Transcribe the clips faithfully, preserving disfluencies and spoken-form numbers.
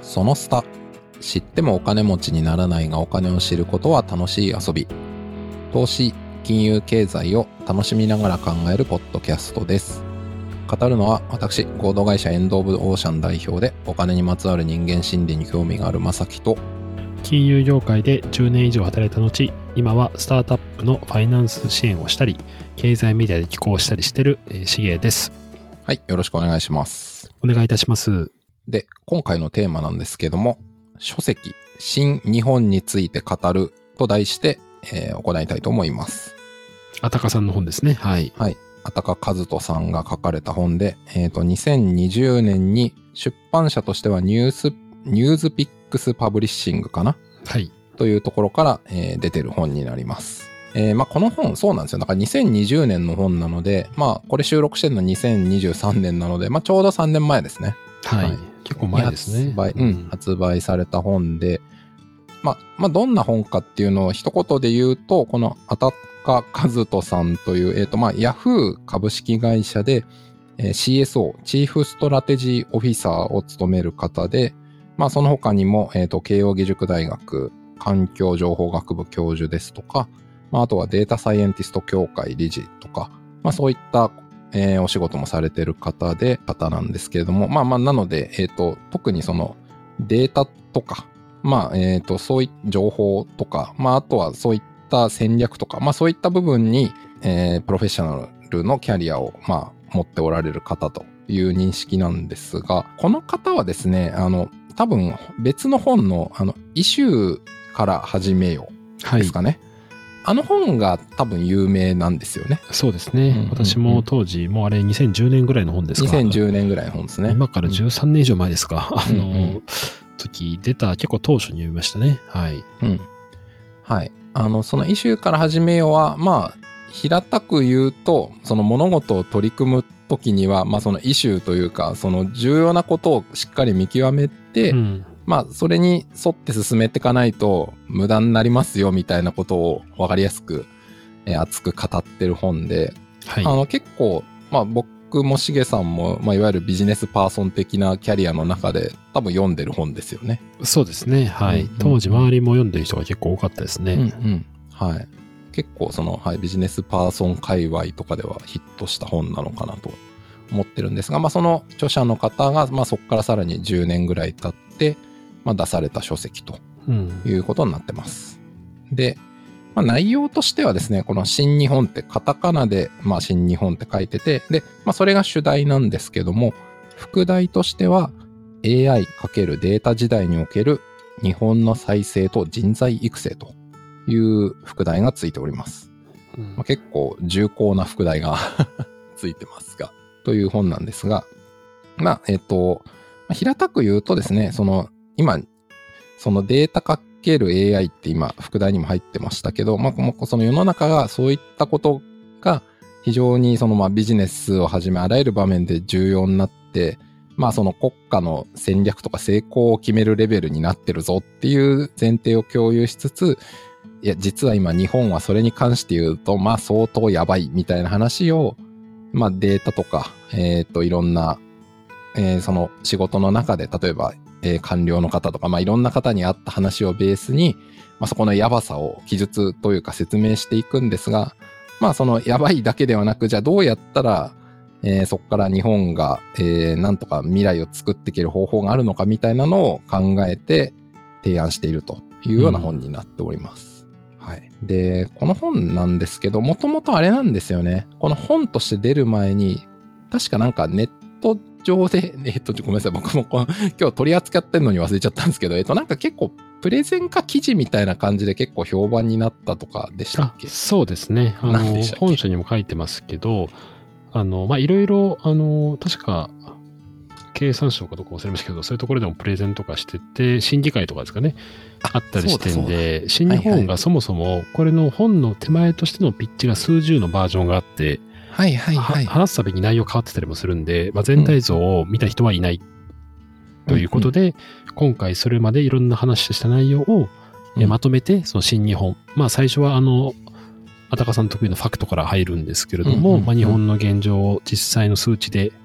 そのスタ、知ってもお金持ちにならないがお金を知ることは楽しい遊び。投資、金融経済を楽しみながら考えるポッドキャストです。語るのは私、合同会社エンドオブオーシャン代表でお金にまつわる人間心理に興味があるまさきと、 金融業界でじゅうねん以上働いた後、今はスタートアップのファイナンス支援をしたり、経済メディアで寄稿したりしているしげです。 はい、よろしくお願いします。 お願いいたします。 で、今回のテーマなんですけども、書籍、新日本について語ると題して、えー、行いたいと思います。 あたかさんの本ですね。はい。 はい。あたかかずとさんが書かれた本で、えっと、にせんにじゅうねんに出版社としてはニュース、ニューズピックスパブリッシングかな、 はい。 というところから、えー、出てる本になります。えー、まあ、この本、そうなんですよ。だからにせんにじゅうねんの本なので、まあ、これ収録してるのはにせんにじゅうさんねんなので、まあ、ちょうどさんねんまえですね。 はい。はい、結構前ですね。 発売、うん、発売された本で、まあ、まあ、どんな本かっていうのを一言で言うと、このあたかかずとさんという、えっと、まあ、ヤフー株式会社で、えー、シーエスオー、チーフストラテジーオフィサーを務める方で、まあ、その他にも、えっと、慶応義塾大学環境情報学部教授ですとか、まあ、あとはデータサイエンティスト協会理事とか、まあ、そういった、えー、お仕事もされてる方で、方なんですけれども、まあまあ、なので、えっと、特にそのデータとか、まあ、えっと、そういった情報とか、まあ、あとはそういった戦略とか、まあ、そういった部分に、えー、プロフェッショナルのキャリアを、まあ、持っておられる方という認識なんですが、この方はですね、あの、多分別の本の、あの、イシューから始めようですかね。はい、あの本が多分有名なんですよね。 そうですね。うんうんうん、私も当時、もうあれにせんじゅうねんぐらいの本ですか。 にせんじゅうねんぐらいの本ですね。 今からじゅうさんねん以上前ですか。うん、あの、うんうん、時出た結構当初に読みましたね。はい。 うん。はい。あの、そのイシューから始めようは、まあ、平たく言うと、その物事を取り組むときには、まあそのイシューというか、その重要なことをしっかり見極めて、うん、まあそれに沿って進めていかないと無駄になりますよみたいなことを分かりやすく、えー、熱く語ってる本で、はい、あの結構、まあ僕もしげさんも、まあいわゆるビジネスパーソン的なキャリアの中で多分読んでる本ですよね。 そうですね。はい。うんうん、当時周りも読んでる人が結構多かったですね。 うんうん。はい。結構その、はい、ビジネスパーソン界隈とかではヒットした本なのかなと思ってるんですが、まあその著者の方が、まあそこからさらにじゅうねんぐらい経って、まあ出された書籍ということになってます。うん、で、まあ内容としてはですね、この新日本ってカタカナで、まあ新日本って書いてて、で、まあそれが主題なんですけども、副題としては エーアイ× データ時代における日本の再生と人材育成という副題がついております。うんまあ、結構重厚な副題がついてますが、という本なんですが、まあ、えっと、平たく言うとですね、その、今、そのデータ×エーアイ って今、副題にも入ってましたけど、まあ、その世の中がそういったことが非常にそのまあビジネスをはじめあらゆる場面で重要になって、まあその国家の戦略とか成功を決めるレベルになってるぞっていう前提を共有しつつ、いや、実は今日本はそれに関して言うと、まあ相当やばいみたいな話を、まあデータとか、えっと、いろんな、えー、その仕事の中で、例えば、えー、官僚の方とか、まあいろんな方にあった話をベースに、まあそこのやばさを記述というか説明していくんですが、まあそのやばいだけではなく、じゃあどうやったら、えー、そこから日本が、えー、なんとか未来を作っていける方法があるのかみたいなのを考えて提案しているというような本になっております。うん、はい。で、この本なんですけど、もともとあれなんですよね。この本として出る前に、確かなんかネット上で、えっと、ごめんなさい。僕もこの今日取り扱ってんのに忘れちゃったんですけど、えっと、なんか結構プレゼンか記事みたいな感じで結構評判になったとかでしたっけ？ そうですね。あの、本書にも書いてますけど、あの、まあ、いろいろ、あの、確か、経産省かどこか忘れましたけど、そういうところでもプレゼンとかしてて、審議会とかですかね、あったりしてんで、新日本がそもそも、これの本の手前としてのピッチが数十のバージョンがあって、 はいはいはい。 話すたびに内容変わってたりもするんで、まあ、全体像を見た人はいないということで、うんうん、今回それまでいろんな話した内容を、うん、まとめて、その新日本。まあ最初はあの、あたかさん得意のファクトから入るんですけれども、うんうんうん、まあ、日本の現状を実際の数値で、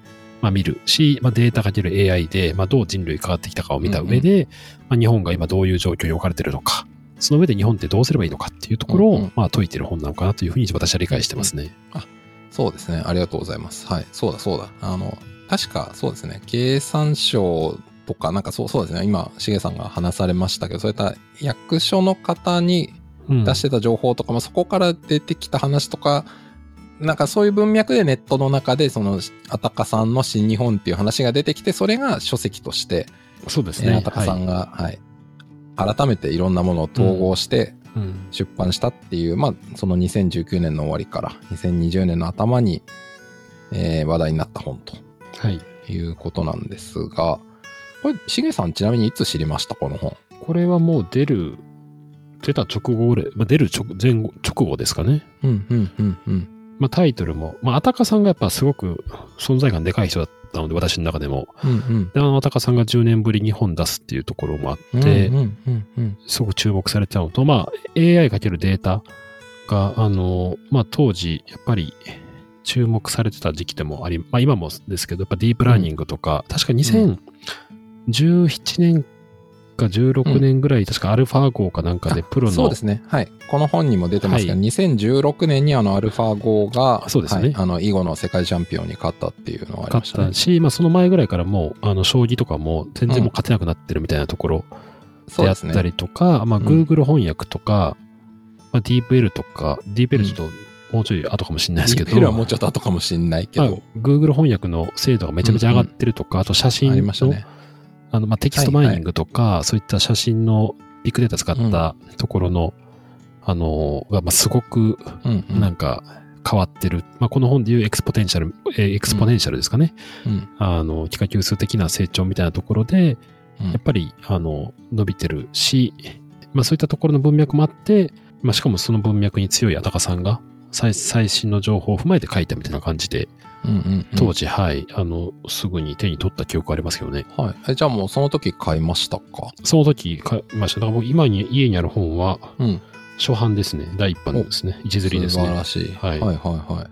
まあ、見るし、まあ、データかける エーアイ で、まあ、どう人類変わってきたかを見た上で、うんうん、まあ、日本が今どういう状況に置かれているのか、その上で日本ってどうすればいいのかっていうところを、うんうん、まあ、解いている本なのかなというふうに私は理解してますね。 うんうん、あ、そうですね。ありがとうございます。はい。そうだそうだ。あの、確かそうですね。経産省とか、なんかそうそうですね。今、しげさんが話されましたけど、そういった役所の方に出してた情報とかも、うん、そこから出てきた話とか、なんかそういう文脈でネットの中で、その、あたかさんの新日本っていう話が出てきて、それが書籍として、 そうですね。 あたかさんが、はい、はい、改めていろんなものを統合して出版したっていう、うんうん、まあ、そのにせんじゅうきゅうねんの終わりからにせんにじゅうねんの頭に、えー、話題になった本と、はい、いうことなんですが、これ、しげさんちなみにいつ知りました？この本。 これはもう出る、出た直後ぐらい、まあ、出る直前後、直後ですかね。 うん、うん、うん、うん。 まあ、タイトルも、まあ、あたかさんがやっぱすごく存在感でかい人だったので、私の中でも。うんうん、で、あの、あたかさんがじゅうねんぶりに本出すっていうところもあって、うんうんうんうん、すごく注目されてたのと、まあ、エーアイ かけるデータが、あの、まあ、当時、やっぱり注目されてた時期でもあり、まあ、今もですけど、やっぱディープラーニングとか、うん、確かにせんじゅうななねんかじゅうろくねんぐらい、うん、確かアルファ号かなんかでプロの。 そうですね。はい。この本にも出てますけど、はい、にせんじゅうろくねんにあのアルファ号が、そうですね。はい、あの、囲碁の世界チャンピオンに勝ったっていうのがありましたね。 勝ったし、まあその前ぐらいからもう、あの、将棋とかも全然もう勝てなくなってるみたいなところであったりとか、うん、まあ Google 翻訳とか、まあ DeepL とか、DeepL ちょっともうちょい後かもしれないですけど。 DeepL はもうちょっと後かもしれないけど。まあ、 Google 翻訳の精度がめちゃめちゃ上がってるとか、うんうん、あと写真の。ありましたね。あの、まあ、テキストマイニングとか、はいはい、そういった写真のビッグデータ使ったところの、うん、あの、が、まあ、すごく、なんか、変わってる。うんうん、まあ、この本でいうエクスポテンシャル、えー、エクスポネンシャルですかね。うん、あの、幾何級数的な成長みたいなところで、うん、やっぱり、あの、伸びてるし、まあ、そういったところの文脈もあって、まあ、しかもその文脈に強いあたかさんが、最、最新の情報を踏まえて書いたみたいな感じで、うんうんうん、当時、はい、あの、すぐに手に取った記憶ありますけどね。 はい。え、じゃあもうその時買いましたか？ その時買いました。だから今に家にある本は、うん、初版ですね。第一版ですね。一釣りですね。 素晴らしい。はい。はいはいはい。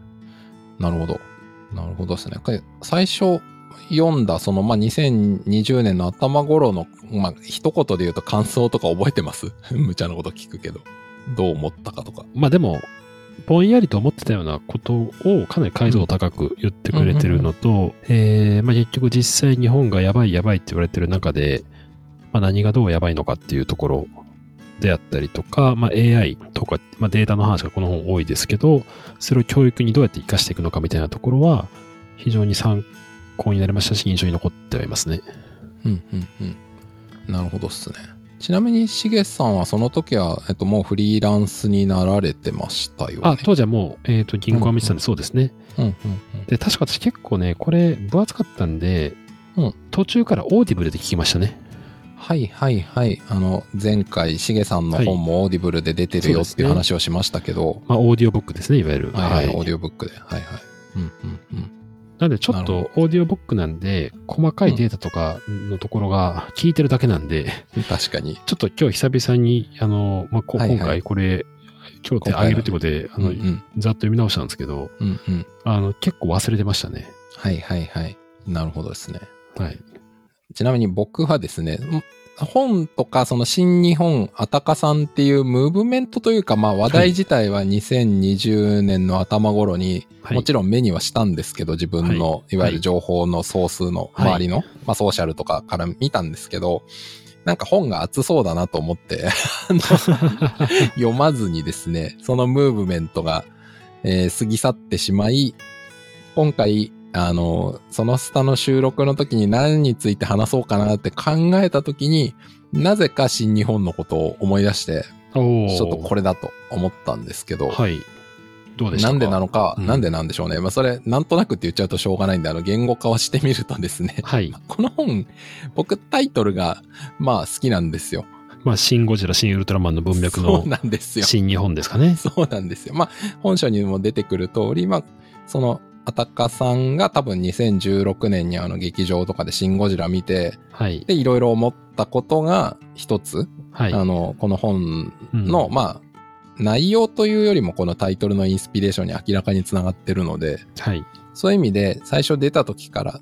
なるほど。なるほどですね。最初読んだ、その、まあ、にせんにじゅうねんの頭頃の、まあ、一言で言うと感想とか覚えてます？無茶なこと聞くけど。どう思ったかとか。 まあでも、ぼんやりと思ってたようなことをかなり解像度高く言ってくれてるのと、うんうんうん、えー、まあ結局実際日本がやばいやばいって言われてる中で、まあ何がどうやばいのかっていうところであったりとか、まあ エーアイ とか、まあデータの話がこの本多いですけど、それを教育にどうやって活かしていくのかみたいなところは非常に参考になりましたし、印象に残ってはいますね。 うんうんうん。なるほどっすね。ちなみに、しげさんはその時は、えっと、もうフリーランスになられてましたよね。 あ、当時はもう、えっと、銀行は見てたんで、そうですね。うんうんうん、で、確か私結構ね、これ、分厚かったんで、うん、途中からオーディブルで聞きましたね。 はいはいはい。あの、前回、しげさんの本もオーディブルで出てるよっていう話をしましたけど。はい、 ね、まあ、オーディオブックですね、いわゆる。 はいはい、はい、オーディオブックで。はいはい。うんうんうん。 なんでちょっとオーディオブックなんで、細かいデータとかのところが聞いてるだけなんで、 うん、確かに。 ちょっと今日久々に、あの、まあ、こはいはい、今回これ、今日であげるってことで、あの、うんうん、ざっと読み直したんですけど、うんうん、あの、結構忘れてましたね。 はいはいはい。なるほどですね。 はい。 ちなみに僕はですね、本とかその新日本あたかさんっていうムーブメントというか、まあ話題自体はにせんにじゅうねんの頭頃にもちろん目にはしたんですけど、自分のいわゆる情報のソースの周りの、まあソーシャルとかから見たんですけど、なんか本が熱そうだなと思って読まずにですね、そのムーブメントが、えー、過ぎ去ってしまい、今回あの、そのスタの収録の時に何について話そうかなって考えた時に、なぜか新日本のことを思い出して、ちょっとこれだと思ったんですけど、 はい。どうでしたか？ なんでなのか、うん、なんでなんでしょうね。まあそれ、なんとなくって言っちゃうとしょうがないんで、あの、言語化をしてみるとですね、 はい。 この本、僕タイトルが、まあ好きなんですよ。 まあ、シン・ゴジラ、シン・ウルトラマンの文脈の、 そうなんですよ。 新日本ですかね。 そうなんですよ。まあ、本書にも出てくる通り、まあ、その、あたかさんが多分にせんじゅうろくねんにあの劇場とかでシン・ゴジラ見て、はい、で、いろいろ思ったことが一つ、はい、あの、この本の、うん、まあ、内容というよりもこのタイトルのインスピレーションに明らかにつながってるので、はい、そういう意味で最初出た時から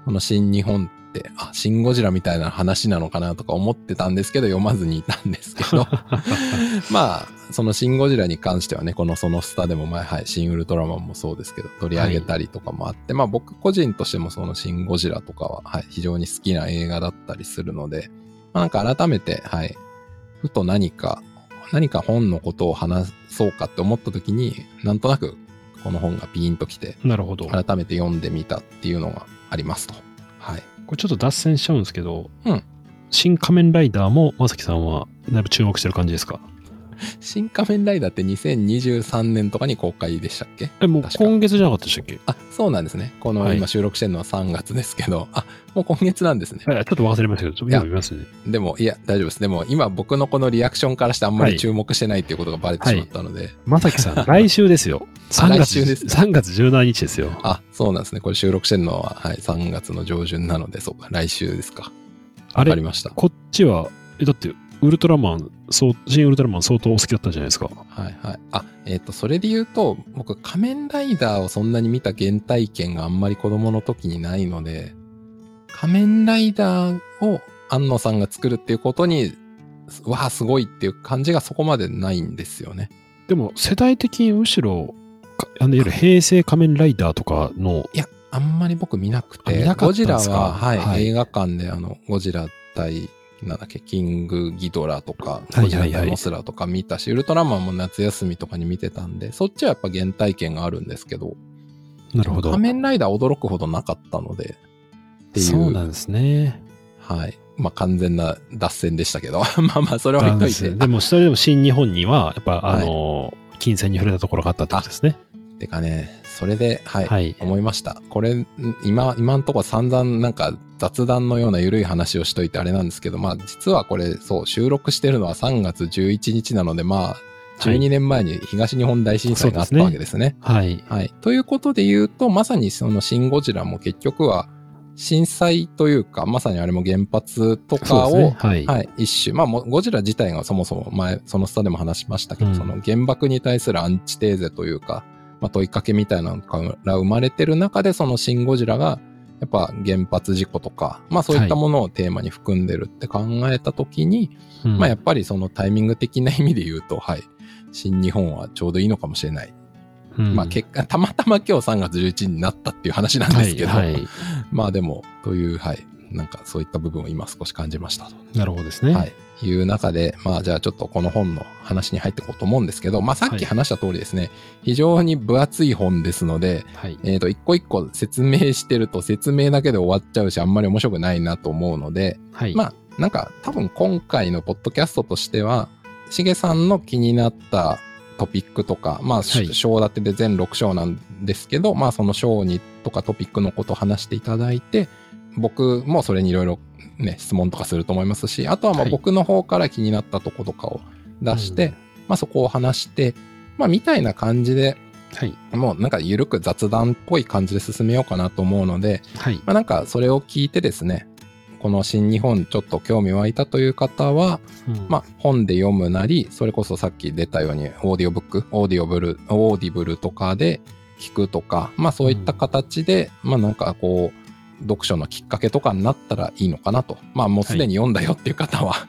この新日本って、あ、シン・ゴジラみたいな話なのかなとか思ってたんですけど、読まずにいたんですけど、まあ、そのシン・ゴジラに関してはね、このそのスタでも前、はい、シン・ウルトラマンもそうですけど、取り上げたりとかもあって、はい、まあ僕個人としてもそのシン・ゴジラとかは、はい、非常に好きな映画だったりするので、まあ、なんか改めて、はい、ふと何か、何か本のことを話そうかって思った時に、なんとなくこの本がピーンときて、 なるほど。 改めて読んでみたっていうのがありますと。はい。 これちょっと脱線しちゃうんですけど、 うん。 新仮面ライダーもまさきさんはだいぶ注目してる感じですか？ 新仮面ライダーってにせんにじゅうさんねんとかに公開でしたっけ？ え、もう今月じゃなかったでしたっけ？ あ、そうなんですね。この今収録してるのはさんがつですけど、はい、あ、もう今月なんですね。 ちょっと忘れましたけど、ちょっと今見ますね。 でも、いや、大丈夫です。でも今僕のこのリアクションからしてあんまり注目してないっていうことがバレてしまったので。はいはい、 まさきさん、来週ですよ。さんがつです。さんがつじゅうしちにちですよ。 あ、そうなんですね。これ収録してるのは、はい、さんがつの上旬なので、そうか、来週ですか。わかりました。 こっちは、え、だって、ウルトラマン、そう、新ウルトラマン相当お好きだったんじゃないですか。 はいはい。あ、えっと、それで言うと、僕、仮面ライダーをそんなに見た原体験があんまり子供の時にないので、仮面ライダーを安野さんが作るっていうことに、わあ、すごいっていう感じがそこまでないんですよね。 でも、世代的にむしろ、あの、いわゆる平成仮面ライダーとかの。 いや、あんまり僕見なくて、 見なかったんですか？ ゴジラは、はい、 はい、 映画館であの、ゴジラ対、なんだっけ、キングギドラとか、ゴジラ対モスラとか見たし、ウルトラマンも夏休みとかに見てたんで、そっちはやっぱ原体験があるんですけど、 なるほど。 仮面ライダー驚くほどなかったので、っていう。 そうなんですね。 はい。まあ完全な脱線でしたけど、まあまあそれは置いといて。 でも、それでも新日本には、やっぱ、あの、はい、金銭に触れたところがあったってことですね。 てかね、それで、はい、 はい、 思いました。これ、今、今んとこ散々なんか雑談のような緩い話をしといてあれなんですけど、まあ実はこれ、そう、収録してるのはさんがつじゅういちにちなので、まあ、じゅうにねんまえに東日本大震災があったわけですね。 はい。 はい。ということで言うと、まさにそのシン・ゴジラも結局は、震災というか、まさにあれも原発とかを、ね、はい、はい、一種、まあ、ゴジラ自体がそもそも前、そのスタでも話しましたけど、うん、その原爆に対するアンチテーゼというか、まあ、問いかけみたいなのが生まれてる中で、そのシン・ゴジラが、やっぱ原発事故とか、まあそういったものをテーマに含んでるって考えたときに、はい、まあやっぱりそのタイミング的な意味で言うと、はい、新日本はちょうどいいのかもしれない。うん、まあ結果、たまたま今日さんがつじゅういちにちになったっていう話なんですけど、はいはい、まあでも、という、はい、なんかそういった部分を今少し感じましたと。 なるほどですね。 はい。いう中で、まあじゃあちょっとこの本の話に入っていこうと思うんですけど、まあさっき話した通りですね、はい、非常に分厚い本ですので、はい、えっと、一個一個説明してると説明だけで終わっちゃうし、あんまり面白くないなと思うので、はい、まあなんか多分今回のポッドキャストとしては、しげさんの気になったトピックとか、まあ、章立てで全ろく章なんですけど、まあ、その章にとかトピックのことを話していただいて、僕もそれにいろいろね、質問とかすると思いますし、あとはまあ僕の方から気になったとことかを出して、はい、まあそこを話して、まあみたいな感じで、はい、もうなんか緩く雑談っぽい感じで進めようかなと思うので、はい、まあなんかそれを聞いてですね、この新日本ちょっと興味湧いたという方は、うん、まあ本で読むなり、それこそさっき出たようにオーディオブック、オーディオブル、オーディブルとかで聞くとか、まあそういった形で、うん、まあなんかこう、読書のきっかけとかになったらいいのかなと。まあもうすでに読んだよっていう方は、はい、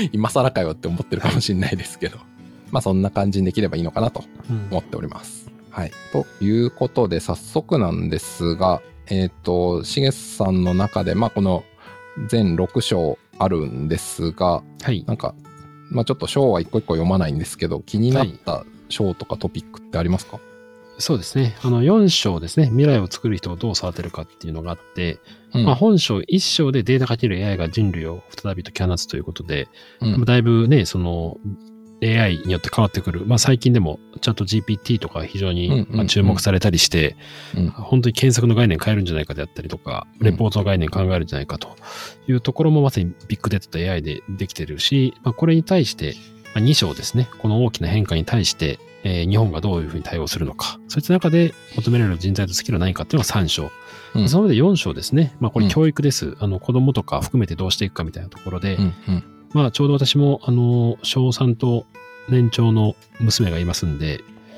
今更かよって思ってるかもしれないですけど、はい、まあそんな感じにできればいいのかなと思っております。うん、はい。ということで早速なんですが、えっと、しげさんの中で、まあこの全ろく章あるんですが、はい、なんか、まあちょっと章は一個一個読まないんですけど、気になった章とかトピックってありますか？はい、 そうですね。あの、よん章ですね。未来を作る人をどう育てるかっていうのがあって、うん、まあ、本章いち章でデータかける エーアイ が人類を再び解き放つということで、うん、だいぶね、その、エーアイ によって変わってくる。まあ、最近でも、チャット ジーピーティー とか非常に注目されたりして、うんうんうん、本当に検索の概念変えるんじゃないかであったりとか、レポートの概念考えるんじゃないかというところもまさにビッグデータと エーアイ でできてるし、まあ、これに対して、まあ、に章ですね。この大きな変化に対して、えー、日本がどういうふうに対応するのか。そういった中で求められる人材とスキルは何かっていうのがさん章。うん、その上でよん章ですね。まあこれ教育です。うん、あの子供とか含めてどうしていくかみたいなところで、うんうん、まあちょうど私もあの小さんと年長の娘がいますんで、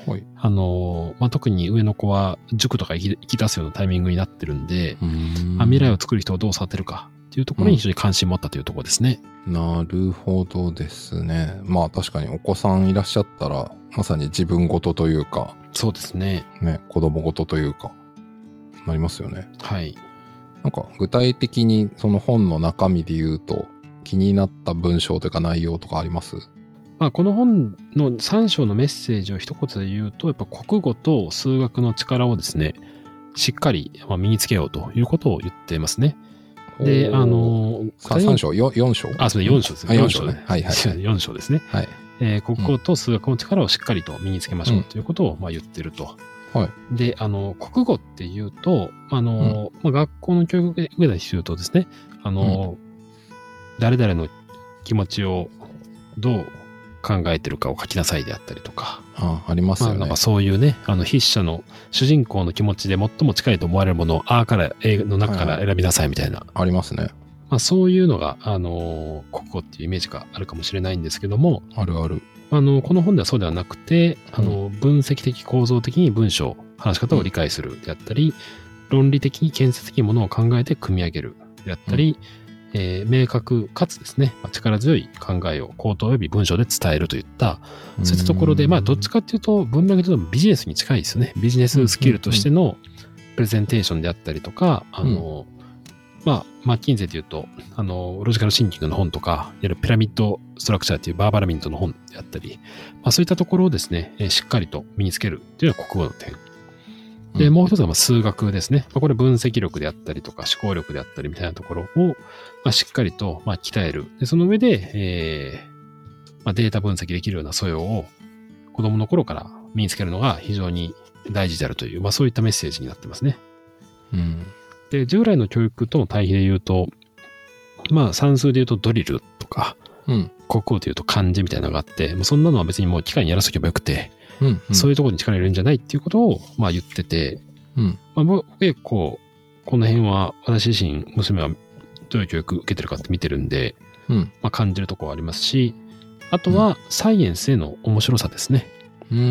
はい。 あの、まあ、特に上の子は塾とか行き、行き出すようなタイミングになってるんで、 うーんまあ、未来を作る人をどう育てるかっていうところに非常に関心を持ったというところですね。 なるほどですね。まあ確かにお子さんいらっしゃったら、まさに自分事というか、 そうですね。 ね、子供事というか、なりますよね。 はい。 なんか具体的にその本の中身で言うと、気になった文章というか内容とかあります？ まあ、この本のさん章のメッセージを一言で言うと、やっぱ国語と数学の力をですね、しっかり身につけようということを言っていますね。で、あの、 さん章、よん章あ、それよん章ですね。 よん章ね。はいはい、はい。 よん章ですね。 はい。 えー、国語と数学の力をしっかりと身につけましょうということをまあ言ってると。 はい。 で、あの、国語っていうと、あの、うん、まあ、学校の教育を受けた人とですね、あの、うん、誰々の気持ちをどう考えてるかを書きなさいであったりとか。 ああ、ありますよね。 まあ、なんかそういうね、あの筆者の主人公の気持ちで最も近いと思われるものをあから A の中から選びなさいみたいな。はいはい、 ありますね。 まあそういうのが、あの、国語っていうイメージがあるかもしれないんですけども。 あるある。 あの、この本ではそうではなくて、あの、うん、分析的構造的に文章、話し方を理解するであったり、うん、論理的に建設的にものを考えて組み上げるであったり、うん、えー、明確かつですね、力強い考えを口頭及び文章で伝えるといった、そういったところで、まあどっちかっていうと文脈でビジネスに近いですよね。ビジネススキルとしてのプレゼンテーションであったりとか、あの、うん、まあ、マッキンゼで言うと、あの、ロジカルシンキングの本とか、いわゆるピラミッドストラクチャーっていうバーバラミントの本であったり、まあそういったところをですね、しっかりと身につけるというのは国語の点。で、うん、もう一つは数学ですね。これ分析力であったりとか思考力であったりみたいなところを、まあ、しっかりとまあ鍛える。で、その上で、えーまあ、データ分析できるような素養を子供の頃から身につけるのが非常に大事であるという、まあそういったメッセージになってますね。 うん。 で、従来の教育との対比で言うと、まあ算数で言うとドリルとか、 うん、 国語で言うと漢字みたいなのがあって、そんなのは別にもう機械にやらせとけばよくて、 うんうん、 そういうところに力入れるんじゃないっていうことをまあ言ってて、 うんまあ、僕結構この辺は私自身娘はどういう教育受けてるかって見てるんで、 うんまあ、感じるところはありますし、あとはサイエンスへの面白さですね。 うんうん、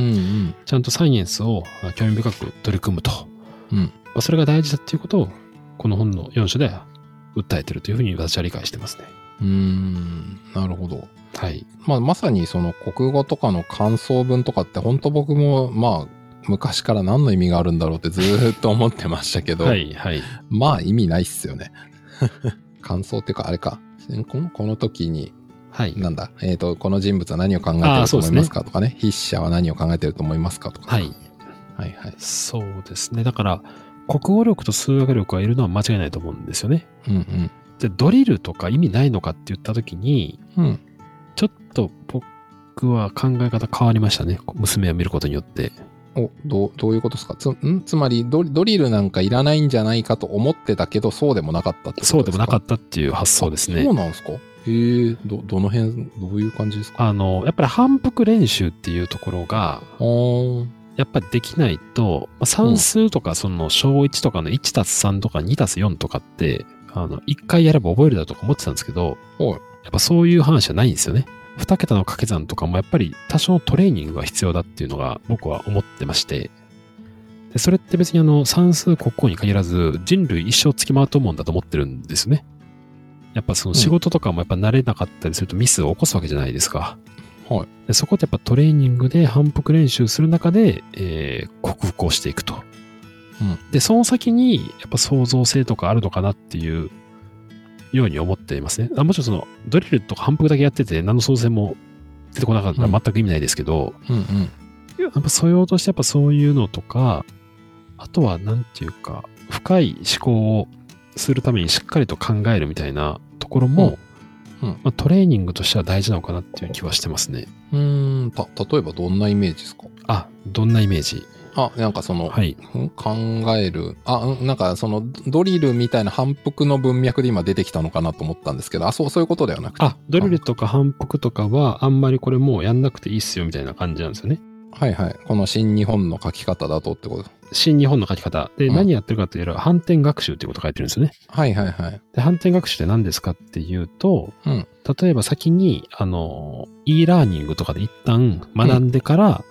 ちゃんとサイエンスを興味深く取り組むと、 うんまあ、それが大事だっていうことをこの本のよん章では訴えてるというふうに私は理解してますね。 うーん、なるほど。 はい。 まあ、まさにその国語とかの感想文とかって本当僕もまあ昔から何の意味があるんだろうってずーっと思ってましたけど、 はいはい。 まあ意味ないっすよね。感想っていうかあれか、この、この時に、 はい、 なんだ、えっと、この人物は何を考えてると思いますかとかね、筆者は何を考えてると思いますかとか。 はい。 はいはい。 そうですね。だから、国語力と数学力がいるのは間違いないと思うんですよね。 うんうん。 じゃあドリルとか意味ないのかって言った時に、 うん、 ちょっと僕は考え方変わりましたね。娘を見ることによって。 お、どう、どういうことですか？つ、んつまりド、ドリルなんかいらないんじゃないかと思ってたけど、そうでもなかったってことですか？ そうでもなかったっていう発想ですね。 そうなんですか？へえ、ど、どの辺、どういう感じですか？ あの、やっぱり反復練習っていうところが、やっぱりできないと、算数とかその小いちとかのいちたすさんとかにたすよんとかって、あの、いっかいやれば覚えるだとか思ってたんですけど、やっぱそういう話じゃないんですよね。に桁の掛け算とかもやっぱり多少のトレーニングが必要だっていうのが僕は思ってまして、でそれって別にあの算数国語に限らず人類一生つきまとうもんだと思ってるんですね。やっぱその仕事とかもやっぱ慣れなかったりするとミスを起こすわけじゃないですか。 はい。 でそこでやっぱトレーニングで反復練習する中で、えー、克服をしていくと。うん、で、その先にやっぱ創造性とかあるのかなっていうように思っていますね。あもちろんそのドリルとか反復だけやってて何の創造性も出てこなかったら全く意味ないですけど、 うんうんうん、 やっぱ素養としてやっぱそういうのとか、あとはなんていうか深い思考をするためにしっかりと考えるみたいなところも、うんうんまあ、トレーニングとしては大事なのかなっていう気はしてますね。 うーん、た、例えばどんなイメージですか？ あ、どんなイメージ？ あ、なんかその、 はい、 考える、あ、なんかそのドリルみたいな反復の文脈で今出てきたのかなと思ったんですけど、あ、そう、そういうことではなくて。 あ、ドリルとか反復とかはあんまりこれもうやんなくていいっすよみたいな感じなんですよね。 はいはい。この新日本の書き方だとってこと。 新日本の書き方。で、うん、何やってるかっていうと、反転学習っていうことを書いてるんですよね。 はいはいはい。 で、反転学習って何ですかっていうと、 うん、 例えば先に、あの、e ラーニングとかで一旦学んでから、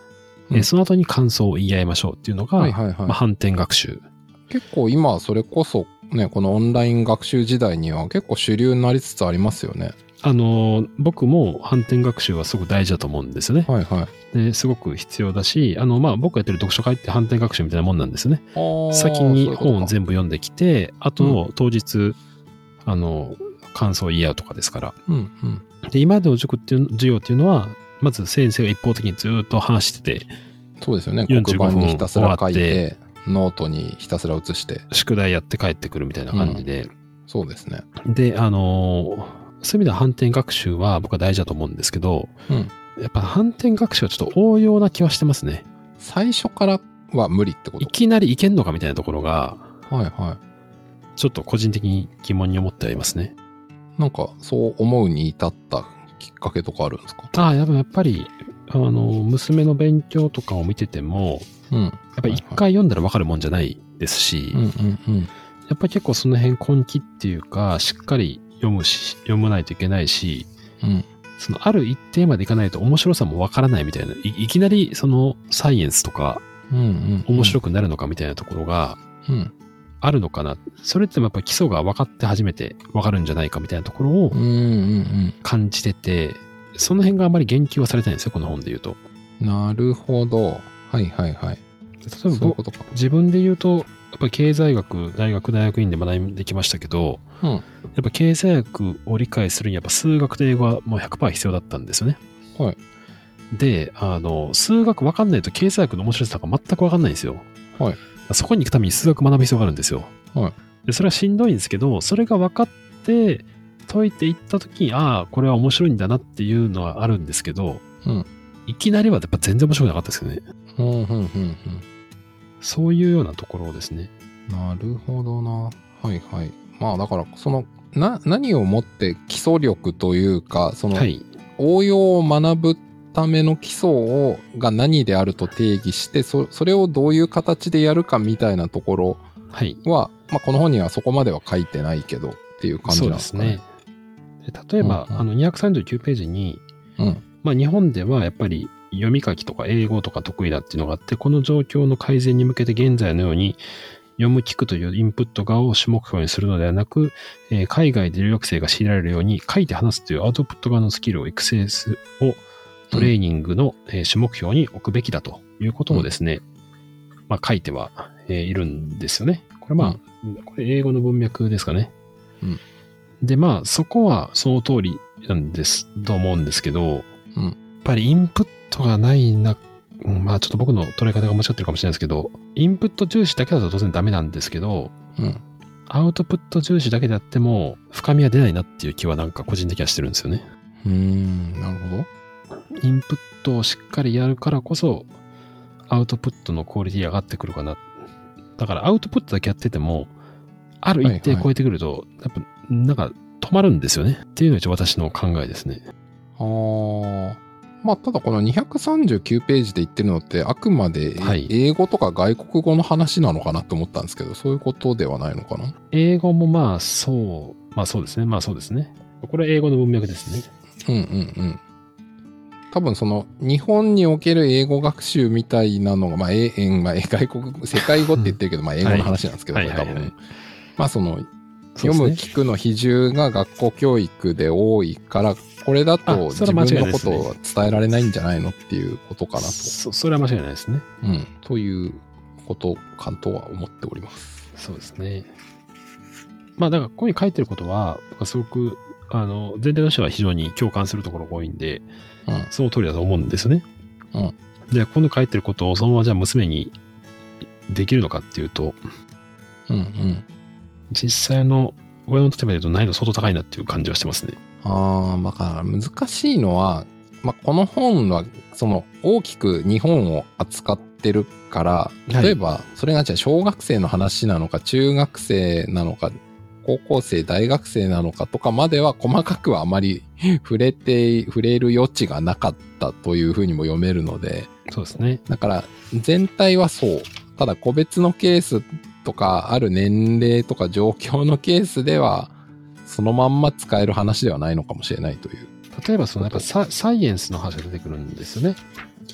うん、えその後に感想を言い合いましょうっていうのが、はいはいはい、まあ、反転学習。 結構今それこそね、このオンライン学習時代には結構主流になりつつありますよね。 あの、僕も反転学習はすごく大事だと思うんですね。 はいはい。 で、すごく必要だし、あの、まあ、僕がやってる読書会って反転学習みたいなもんなんですね。先に本を全部読んできて、あと、当日、うん、あの、感想を言い合うとかですから。 うんうん、 で、今までの塾っていう授業っていうのは、まず先生が一方的にずっと話してて、 そうですよね。黒板にひたすら書いて、ノートにひたすら写して。 宿題やって帰ってくるみたいな感じで。 うん、そうですね。 で、あの、そういう意味では反転学習は僕は大事だと思うんですけど、うん、やっぱ反転学習はちょっと応用な気はしてますね。 最初からは無理ってこと？ いきなりいけんのかみたいなところが、 はいはい。 ちょっと個人的に疑問に思ってはいますね。 なんかそう思うに至ったきっかけとかあるんですか？ ああ、やっぱり、あの、娘の勉強とかを見てても、うん、やっぱり一回読んだら分かるもんじゃないですし、うんうんうん、やっぱり結構その辺根気っていうか、しっかり読むし、読まないといけないし、うん、そのある一定までいかないと面白さも分からないみたいな、い, いきなりそのサイエンスとか、うんうんうん、面白くなるのかみたいなところが、うんあるのかな。それってやっぱり基礎が分かって初めて分かるんじゃないかみたいなところを感じてて、その辺があまり言及はされてないんですよ、この本で言うと。 なるほど。はいはいはい。 例えばそういうことか。自分で言うと、やっぱり経済学、大学大学院で学んできましたけど、うん、やっぱ経済学を理解するにやっぱ数学と英語はもう ひゃくパーセント 必要だったんですよね。はい。で、あの、数学分かんないと経済学の面白さが全く分かんないんですよ。はい。そこに行くために数学学ぶ必要があるんですよ。はい。で、それはしんどいんですけど、それが分かって解いていったときに、ああ、これは面白いんだなっていうのはあるんですけど、うん。いきなりはやっぱ全然面白くなかったですよね。うん、うん、うん、うん。そういうようなところですね。 なるほどな。はいはい。まあだから、その、な、何をもって基礎力というか、その、はい、応用を学ぶための基礎をが何であると定義して、そ、それをどういう形でやるかみたいなところは、はい、まあこの本にはそこまでは書いてないけどっていう感じなんですかね。 そうですね。例えば、うんうん、あのにひゃくさんじゅうきゅうページに、うん、まあ日本ではやっぱり読み書きとか英語とか得意だっていうのがあって、この状況の改善に向けて現在のように読む聞くというインプット側を主目標にするのではなく、えー、海外で留学生が強いられるように書いて話すというアウトプット側のスキルを育成するをトレーニングの、うん、主目標に置くべきだということをですね、うん、まあ書いては、えー、いるんですよね。これまあ、うん、これ英語の文脈ですかね。うん、でまあそこはその通りなんですと思うんですけど、うん、やっぱりインプットがないな、うん、まあちょっと僕の捉え方が間違ってるかもしれないですけど、インプット重視だけだと当然ダメなんですけど、うん、アウトプット重視だけであっても深みは出ないなっていう気はなんか個人的にはしてるんですよね。 うーん、なるほど。 インプットをしっかりやるからこそアウトプットのクオリティ上がってくるかな。だからアウトプットだけやっててもある一定超えてくると、はいはい、やっぱなんか止まるんですよねっていうのが一応私の考えですね。 あー、まあただこのにひゃくさんじゅうきゅうページで言ってるのってあくまで英語とか外国語の話なのかなと思ったんですけど、そういうことではないのかな。 英語もまあそうまあそうですねまあそうですね。これは英語の文脈ですね。 うんうんうん。多分その日本における英語学習みたいなのが、まあ、えまあ、外国、世界語って言ってるけど、まあ英語の話なんですけど、これ多分。まあその、読む聞くの比重が学校教育で多いから、これだと自分のことを伝えられないんじゃないのっていうことかなと。 そ, それは間違いないですね。 うん。ということかとは思っております。 そうですね。まあだからここに書いてることは、すごく、あの、前提としては非常に共感するところが多いんで、うん、その通りだと思うんですね。うん。で、この書いてることをそのままじゃあ娘にできるのかっていうと、うんうん。実際の親の立場で言うと難易度相当高いなっていう感じはしてますね。 ああ、だから難しいのは、まあ、この本はその大きく日本を扱ってるから、例えばそれがじゃあ小学生の話なのか中学生なのか高校生大学生なのかとかまでは細かくはあまり触れて触れる余地がなかったというふうにも読めるので、 そうですね。 だから全体はそう。ただ個別のケースとかある年齢とか状況のケースではそのまんま使える話ではないのかもしれないという。 例えばそのなんか サ, サイエンスの話が出てくるんですよね。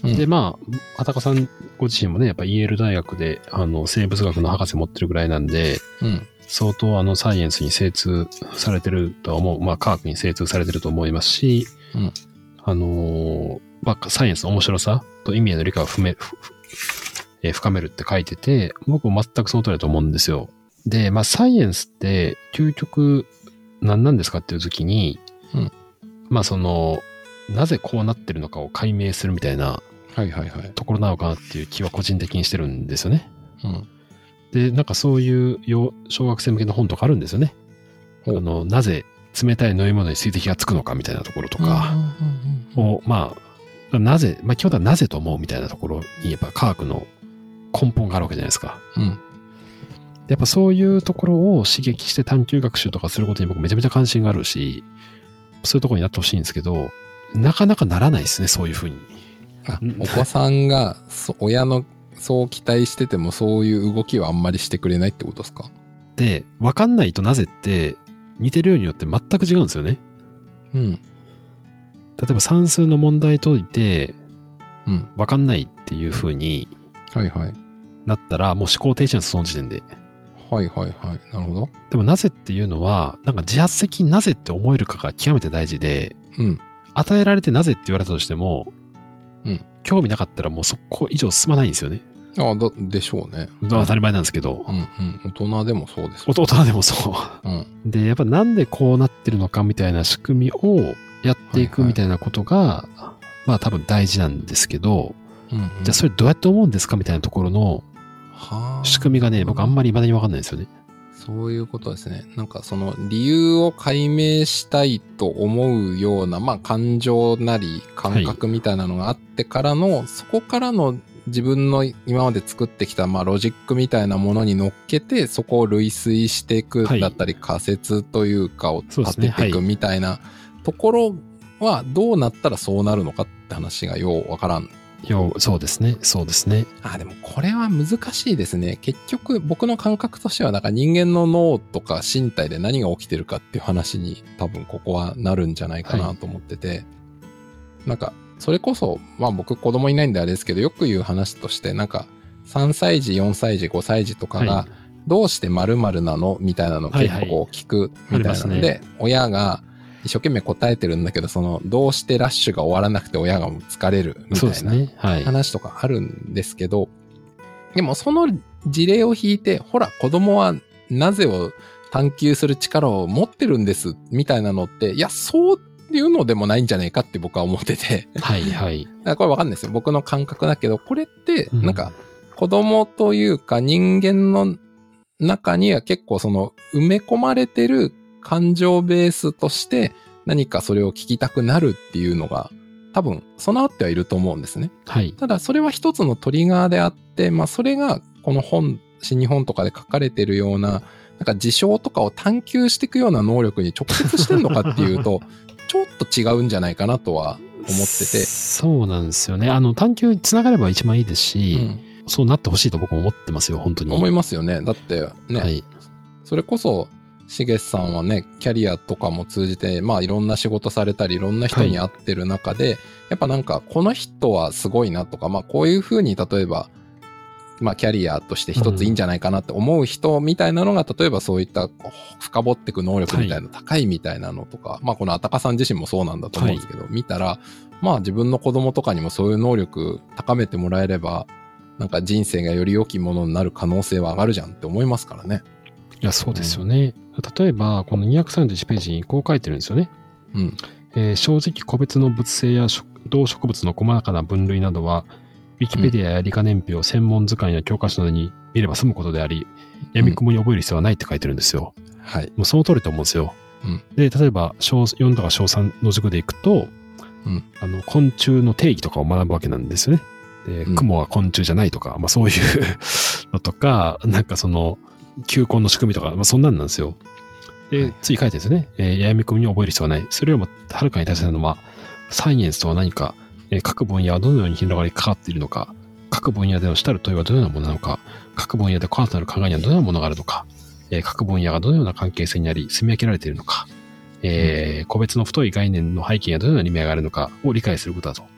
うん、 で、まあ、畑さんご自身もね、やっぱイェール大学で、あの、生物学の博士持ってるぐらいなんで、 うん、 相当あの、サイエンスに精通されてるとは思う、まあ、科学に精通されてると思いますし、 うん、 あのー、まあ、サイエンスの面白さと意味への理解を深め、えー、深めるって書いてて、僕も全くその通りだと思うんですよ。で、まあ、サイエンスって、究極、何なんですかっていう時に、 うん、 まあ、その、なぜこうなってるのかを解明するみたいなはいはいはい。 ところなのかなっていう気は個人的にしてるんですよね。 うん。 で、なんかそういう小学生向けの本とかあるんですよね。あの、なぜ冷たい飲み物に水滴がつくのかみたいなところとかを、まあ、なぜ、まあ、基本はなぜと思うみたいなところに、やっぱ科学の根本があるわけじゃないですか。 うん。 やっぱそういうところを刺激して探究学習とかすることに僕めちゃめちゃ関心があるし、そういうところになってほしいんですけど、なかなかならないですね、そういうふうに。 あ、お子さんが親のそう期待しててもそういう動きはあんまりしてくれないってことですか？ で、わかんないとなぜって似てるようによって全く違うんですよね。 うん。例えば算数の問題解いて、 うん。 わかんないっていうふうにはいはい。 なったらもう思考停止なんです、その時点で。 はいはいはい。なるほど。 でもなぜっていうのは、なんか自発的になぜって思えるかが極めて大事で、 うん。 与えられてなぜって言われたとしても、 うん。 興味なかったらもうそこ以上進まないんですよね。 ああ、だ、でしょうね。 当たり前なんですけど。 うんうん。大人でもそうです。 大人でもそう。 うん。 で、やっぱなんでこうなってるのかみたいな仕組みをやっていくみたいなことが、はいはい、まあ多分大事なんですけど、うんうん、じゃあそれどうやって思うんですかみたいなところの仕組みがね、僕あんまり未だにわかんないんですよね。 そういうことですね。なんかその理由を解明したいと思うような、まあ感情なり感覚みたいなのがあってからの、はい、そこからの自分の今まで作ってきた、まあロジックみたいなものに乗っけて、そこを類推していくだったり、仮説というかを立てていくみたいなところはどうなったらそうなるのかって話がようわからん。 よう、そうですね。そうですね。 あ、でもこれは難しいですね。結局僕の感覚としては、なんか人間の脳とか身体で何が起きてるかっていう話に多分ここはなるんじゃないかなと思ってて、はい、なんかそれこそ、まあ僕子供いないんであれですけど、よく言う話として、なんかさんさい児、よんさい児、ごさい児とかがどうして〇〇なのみたいなの結構聞くみたいなので、はいはいね、親が一生懸命答えてるんだけど、その、どうしてラッシュが終わらなくて親が疲れるみたいな話とかあるんですけど、でもその事例を引いて、ほら、子供はなぜを探求する力を持ってるんです、みたいなのって、いや、そういうのでもないんじゃないかって僕は思ってて。 はいはい。 これわかんないですよ。僕の感覚だけど、これって、なんか、子供というか人間の中には結構その、埋め込まれてる感情ベースとして何かそれを聞きたくなるっていうのが多分備わってはいると思うんですね。 はい。 ただそれは一つのトリガーであって、まあそれがこの本、新日本とかで書かれてるような、なんか事象とかを探求していくような能力に直結してんのかっていうと、ちょっと違うんじゃないかなとは思ってて。 そうなんですよね。あの探求につながれば一番いいですし、うん、そうなってほしいと僕も思ってますよ、本当に。 思いますよね。だってね、はい、それこそ、しげさんはね、キャリアとかも通じて、まあいろんな仕事されたり、いろんな人に会ってる中で、はい、やっぱなんか、この人はすごいなとか、まあこういうふうに、例えば、まあキャリアとして一ついいんじゃないかなって思う人みたいなのが、例えばそういった深掘っていく能力みたいな、高いみたいなのとか、はい、まあこのあたかさん自身もそうなんだと思うんですけど、はい、見たら、まあ自分の子供とかにもそういう能力高めてもらえれば、なんか人生がより良きものになる可能性は上がるじゃんって思いますからね。 いや、そうですよね。うん、例えば、このにひゃくさんじゅういちページにこう書いてるんですよね。 うん。 えー、正直個別の物性や動植物の細かな分類などは、ウィキペディアや理科年表、うん、専門図鑑や教科書などに見れば済むことであり、闇雲に覚える必要はないって書いてるんですよ。 うん、はい。 もうその通りと思うんですよ。 うん、 で、例えば、小よんとか小さんの塾でいくと、 うん、 あの、昆虫の定義とかを学ぶわけなんですよね。で、雲は昆虫じゃないとか、まあそういうのとか、なんかその、球根の仕組みとか、まあそんなんなんですよ。で、はい、次書いてるんですね。えー、闇雲に覚える必要はない。それよりもはるかに大切なのは、サイエンスとは何か、えー、各分野はどのように広がり関わっているのか、各分野での主たる問いはどのようなものなのか、各分野で新たなる考えにはどのようなものがあるのか、えー、各分野がどのような関係性にあり、住み分けられているのか、えー、個別の太い概念の背景にはどのような意味合いがあるのかを理解することだと。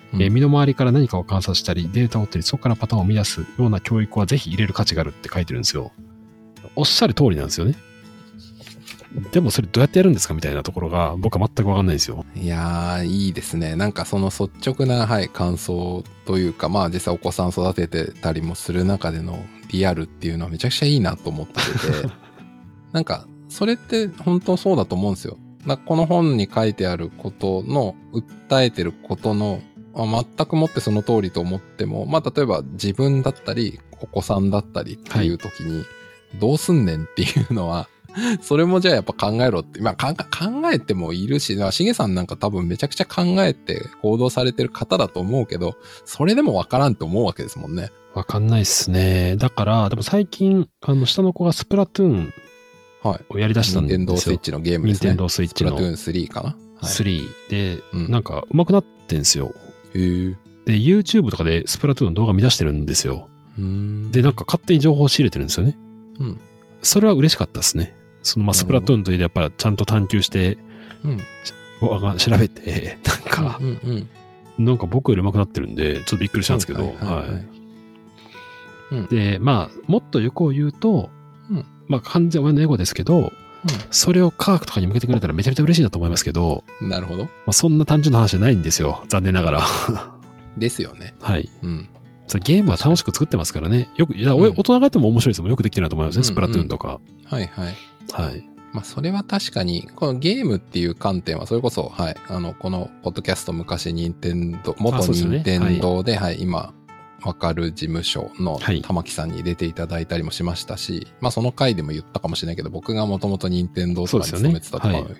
うん、え身の回りから何かを観察したり、データを追ったり、そこからパターンを生み出すような教育はぜひ入れる価値があるって書いてるんですよ。おっしゃる通りなんですよね。でもそれどうやってやるんですかみたいなところが僕は全くわかんないですよ。 いやー、いいですね。なんかその率直な、はい、感想というか、まあ実際お子さん育ててたりもする中でのリアルっていうのはめちゃくちゃいいなと思ってて、なんかそれって本当そうだと思うんですよ。なこの本に書いてあることの、訴えてることの、まあ、全くもってその通りと思っても、まあ例えば自分だったり、お子さんだったりっていう時に、どうすんねんっていうのは、それもじゃあやっぱ考えろって、まあ考えてもいるし、しげさんなんか多分めちゃくちゃ考えて行動されてる方だと思うけど、それでもわからんと思うわけですもんね。 わかんないっすね。だから、でも最近、あの、下の子がスプラトゥーンをやり出したんですよ。 ニンテンドースイッチのゲームですね。 ニンテンドースイッチの。 スプラトゥーンスリーかな、はい、 スリーで、うん、なんか上手くなってんすよ。 へー。 で、YouTube とかでスプラトゥーンの動画見出してるんですよ。 うーんで、なんか勝手に情報を仕入れてるんですよね。 うん。 それは嬉しかったですね。そのまあスプラトゥーンというでやっぱりちゃんと探求して、 うん、 調べて、なんか、 うんうんうん、 なんか僕より上手くなってるんで、ちょっとびっくりしたんですけど、はいはいはいうん。で、まあ、もっと欲を言うと、うん、まあ完全親のエゴですけど、うん、それを科学とかに向けてくれたらめちゃめちゃ嬉しいなと思いますけど、 なるほど。まあ、そんな単純な話じゃないんですよ。残念ながら。 ですよね。 はい。 うん。 ゲームは楽しく作ってますからね。よく、いや、うん、大人がやっても面白いですもん。よくできてるなと思いますね。スプラトゥーンとか。 うんうん、はいはい。 はい。 まあ、それは確かに、このゲームっていう観点は、それこそ、はい、あの、この、ポッドキャスト昔、任天堂、元任天堂で、はい、今、わかる事務所の玉木さんに出ていただいたりもしましたし、はい、まあ、その回でも言ったかもしれないけど、僕がもともと任天堂とかに勤めてたとか、ねはい、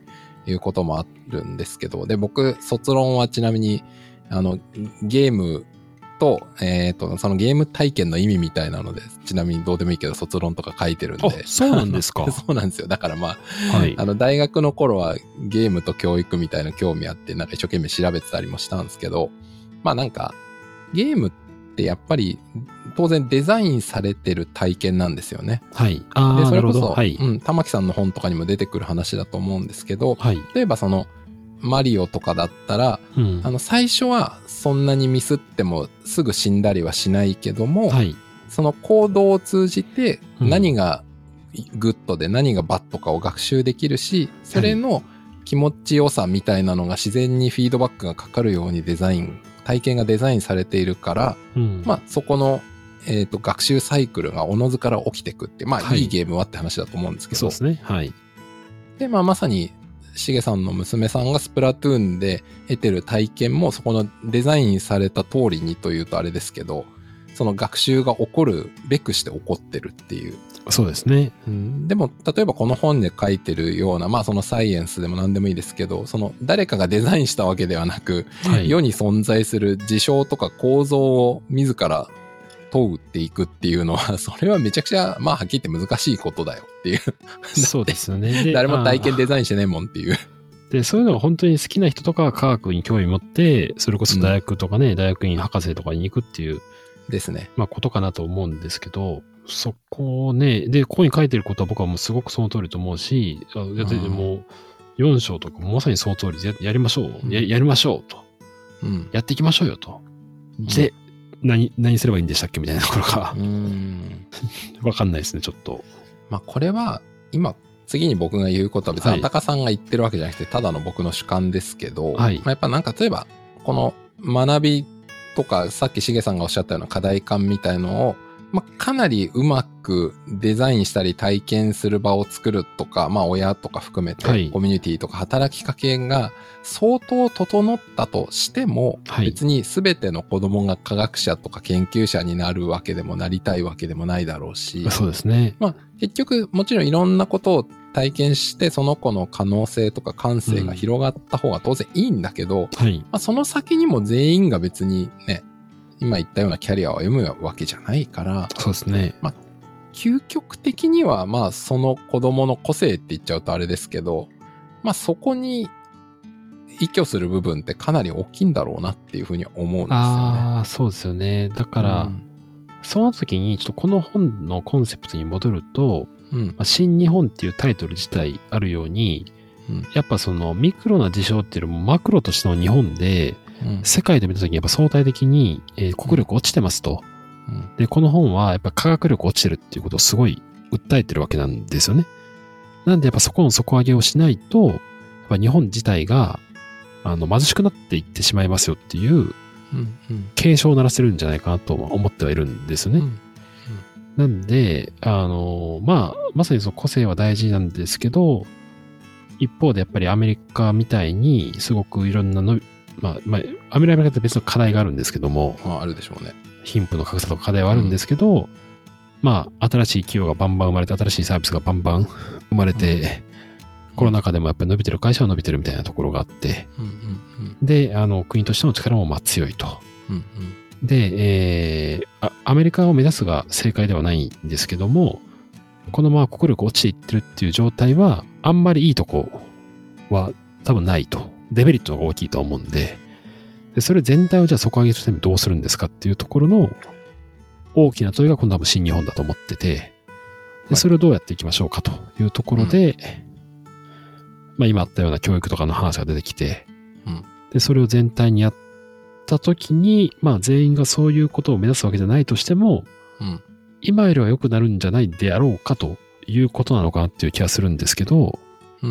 いうこともあるんですけど、で、僕、卒論はちなみに、あの、ゲーム、と、えっと、そのゲーム体験の意味みたいなので、ちなみにどうでもいいけど卒論とか書いてるんで。 あ、そうなんですか。 そうなんですよ。だからまあ、はい、あの、大学の頃はゲームと教育みたいな興味あって、なんか一生懸命調べてたりもしたんですけど、まあなんか、ゲームってやっぱり、当然デザインされてる体験なんですよね。 はい。ああ、 で、それこそ、 はい、 うん、玉木さんの本とかにも出てくる話だと思うんですけど、 はい、 例えばその、マリオとかだったら、うん、あの最初はそんなにミスってもすぐ死んだりはしないけども、はい、その行動を通じて何がグッドで何がバッドかを学習できるし、それの気持ちよさみたいなのが自然にフィードバックがかかるようにデザイン、体験がデザインされているから、うん、まあそこの、えーと、学習サイクルがおのずから起きてくって、まあ、はい、いいゲームはって話だと思うんですけど。 そうですね。はい。 で、まあまさに、しげさんの娘さんがスプラトゥーンで得てる体験もそこのデザインされた通りにというとあれですけど、その学習が起こるべくして起こってるっていう。 そうですね。 うん、でも例えばこの本で書いてるような、まあそのサイエンスでも何でもいいですけど、その誰かがデザインしたわけではなく、はい、世に存在する事象とか構造を自ら問うっていくっていうのは、それはめちゃくちゃ、まあはっきり言って難しいことだよっていう。 そうですよね。 誰も体験デザインしてねえもんっていう。 で、そういうのが本当に好きな人とかは科学に興味持って、それこそ大学とかね、うん、大学院博士とかに行くっていう。 ですね。 まあことかなと思うんですけど、そこをね、で、ここに書いてることは僕はもうすごくその通りと思うし、だってもうよん章とかもまさにその通りで や, やりましょう、うん、や。やりましょうと。うん、やっていきましょうよと。で、うん何、何すればいいんでしたっけみたいなところが。うーん。わかんないですね、ちょっと。 まあ、これは、今、次に僕が言うことは別に、あたかさんが言ってるわけじゃなくて、ただの僕の主観ですけど、はい。まあ、やっぱなんか、例えば、この学びとか、さっきしげさんがおっしゃったような課題感みたいのを、まあ、かなりうまくデザインしたり体験する場を作るとか、まあ親とか含めて、コミュニティとか働きかけが相当整ったとしても、はい、別に全ての子供が科学者とか研究者になるわけでもなりたいわけでもないだろうし、 そうですね。 まあ結局もちろんいろんなことを体験してその子の可能性とか感性が広がった方が当然いいんだけど、うんはい、まあ、その先にも全員が別にね、今言ったようなキャリアを歩むわけじゃないから。 そうですね。 まあ、究極的には、まあ、その子供の個性って言っちゃうとあれですけど、まあ、そこに依拠する部分ってかなり大きいんだろうなっていうふうに思うんですよね。 ああ、そうですよね。だから、うん、その時に、ちょっとこの本のコンセプトに戻ると、うんまあ、新日本っていうタイトル自体あるように、うん、やっぱそのミクロな事象っていうよりもマクロとしての日本で、 うん、 世界で見たときにやっぱ相対的に、えー、国力落ちてますと、 うん。 で、この本はやっぱ科学力落ちてるっていうことをすごい訴えてるわけなんですよね。なんでやっぱそこの底上げをしないと、やっぱ日本自体が、あの、貧しくなっていってしまいますよっていう、 うんうん、 警鐘を鳴らせるんじゃないかなと思ってはいるんですよね。 うんうん、 なんで、あの、まあ、まさにその個性は大事なんですけど、一方でやっぱりアメリカみたいにすごくいろんなの、まあ、まあ、アメリカって別の課題があるんですけども、 まあ、あるでしょうね。 貧富の格差とか課題はあるんですけど、うん、まあ、新しい企業がバンバン生まれて、新しいサービスがバンバン生まれて、うん、コロナ禍でもやっぱり伸びてる会社は伸びてるみたいなところがあって、 うんうんうん、 で、あの、国としての力もまあ強いと。 うんうん、 で、えー、アメリカを目指すが正解ではないんですけども、このまま国力落ちていってるっていう状態は、あんまりいいとこは多分ないと。デメリットが大きいと思うんで、でそれ全体をじゃあ底上げするためにどうするんですかっていうところの大きな問いが今度は新日本だと思ってて、でそれをどうやっていきましょうかというところで、うん、まあ今あったような教育とかの話が出てきて、 うん、 でそれを全体にやったときに、まあ全員がそういうことを目指すわけじゃないとしても、 うん、 今よりは良くなるんじゃないであろうかということなのかなっていう気がするんですけど、 うんうん、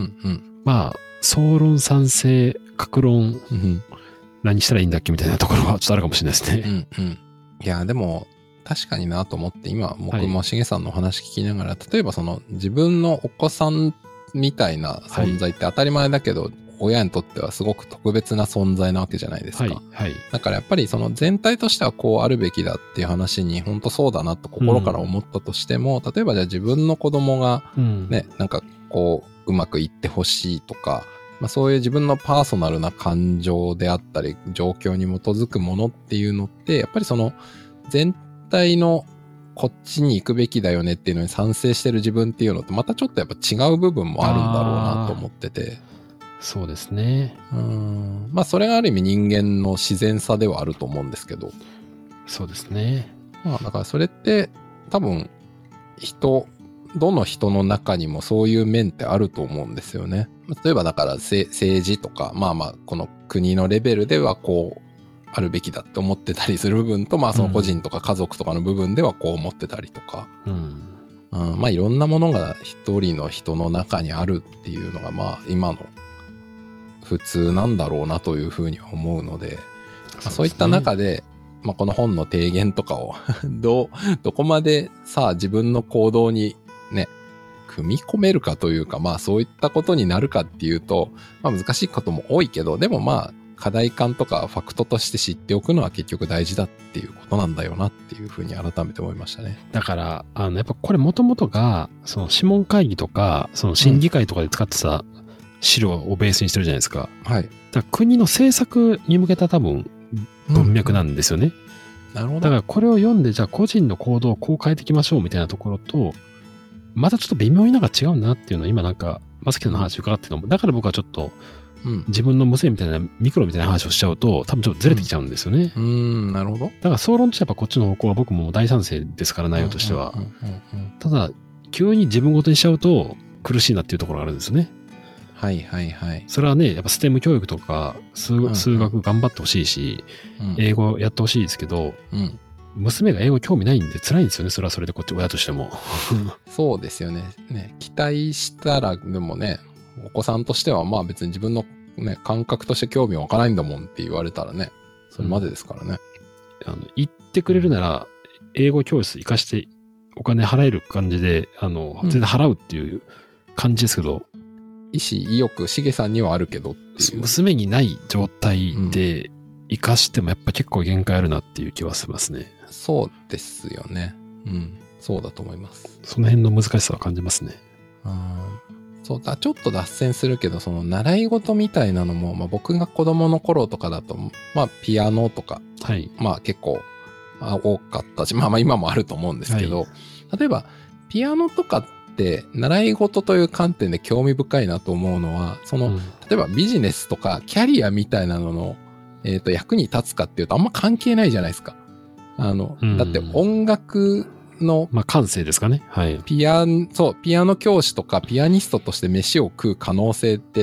まあ総論賛成、各論、 うん、 何したらいいんだっけみたいなところはちょっとあるかもしれないですね。 うんうん。いや、でも、確かになと思って、今、僕もしげさんのお話聞きながら、はい、例えばその、自分のお子さんみたいな存在って当たり前だけど、はい、親にとってはすごく特別な存在なわけじゃないですか。 はいはい、だからやっぱりその全体としてはこうあるべきだっていう話に本当そうだなと心から思ったとしても、うん、例えばじゃあ自分の子供がね、うん、なんかこう、うまくいってほしいとか、まあ、そういう自分のパーソナルな感情であったり状況に基づくものっていうのってやっぱりその全体のこっちに行くべきだよねっていうのに賛成してる自分っていうのってまたちょっとやっぱ違う部分もあるんだろうなと思ってて。 そうですね。 うーん。まあそれがある意味人間の自然さではあると思うんですけど。 そうですね。 まあだからそれって多分人どの人の中にもそういう面ってあると思うんですよね。例えばだから政治とか、まあまあこの国のレベルではこうあるべきだって思ってたりする部分と、まあその個人とか家族とかの部分ではこう思ってたりとか、 うんうん、まあいろんなものが一人の人の中にあるっていうのがまあ今の普通なんだろうなというふうに思うので、そうですね。まあ、そういった中で、まあこの本の提言とかをどう、どこまでさあ自分の行動にね、組み込めるかというか、まあそういったことになるかっていうと、まあ難しいことも多いけど、でもまあ課題感とかファクトとして知っておくのは結局大事だっていうことなんだよなっていうふうに改めて思いましたね。 だから、あの、やっぱこれもともとが、その諮問会議とか、その審議会とかで使ってた資料をベースにしてるじゃないですか。 はい。 だから国の政策に向けた多分文脈なんですよね。 うん、なるほど。 だからこれを読んで、じゃあ個人の行動をこう変えていきましょうみたいなところと、またちょっと微妙になんか違うんだなっていうのを今なんか、まさきの話伺ってるのも、だから僕はちょっと、自分の娘みたいな、ミクロみたいな話をしちゃうと、多分ちょっとずれてきちゃうんですよね。 うん、うんなるほど。だから総論としてはやっぱこっちの方向は僕も大賛成ですから、内容としては。ただ、急に自分ごとにしちゃうと苦しいなっていうところがあるんですよね。 はいはいはい。 それはね、やっぱステム教育とか数、数学頑張ってほしいし、うんうん、英語やってほしいですけど、うん娘が英語興味ないんで辛いんですよね。それはそれでこっち親としても。 そうですよね。ね、期待したらでもね、お子さんとしてはまあ別に自分のね、感覚として興味湧かないんだもんって言われたらね、それまでですからね。 うん、あの言ってくれるなら、英語教室行かしてお金払える感じで、あの、全然払うっていう感じですけど。 うん、意思、意欲、しげさんにはあるけどっていう。 娘にない状態で生かしてもやっぱ結構限界あるなっていう気はしますね。 そうですよね。うん。そうだと思います。 その辺の難しさは感じますね。 うん。そうだ、ちょっと脱線するけど、その習い事みたいなのも、まあ僕が子供の頃とかだと、まあピアノとか、 はい。 まあ結構多かったし、まあまあ今もあると思うんですけど、はい、例えばピアノとかって習い事という観点で興味深いなと思うのは、その、うん、例えばビジネスとかキャリアみたいなのの、えっと、役に立つかっていうとあんま関係ないじゃないですか。あの、だって音楽の、 まあ感性ですかね。はい。 ピアノ、そう、ピアノ教師とかピアニストとして飯を食う可能性って、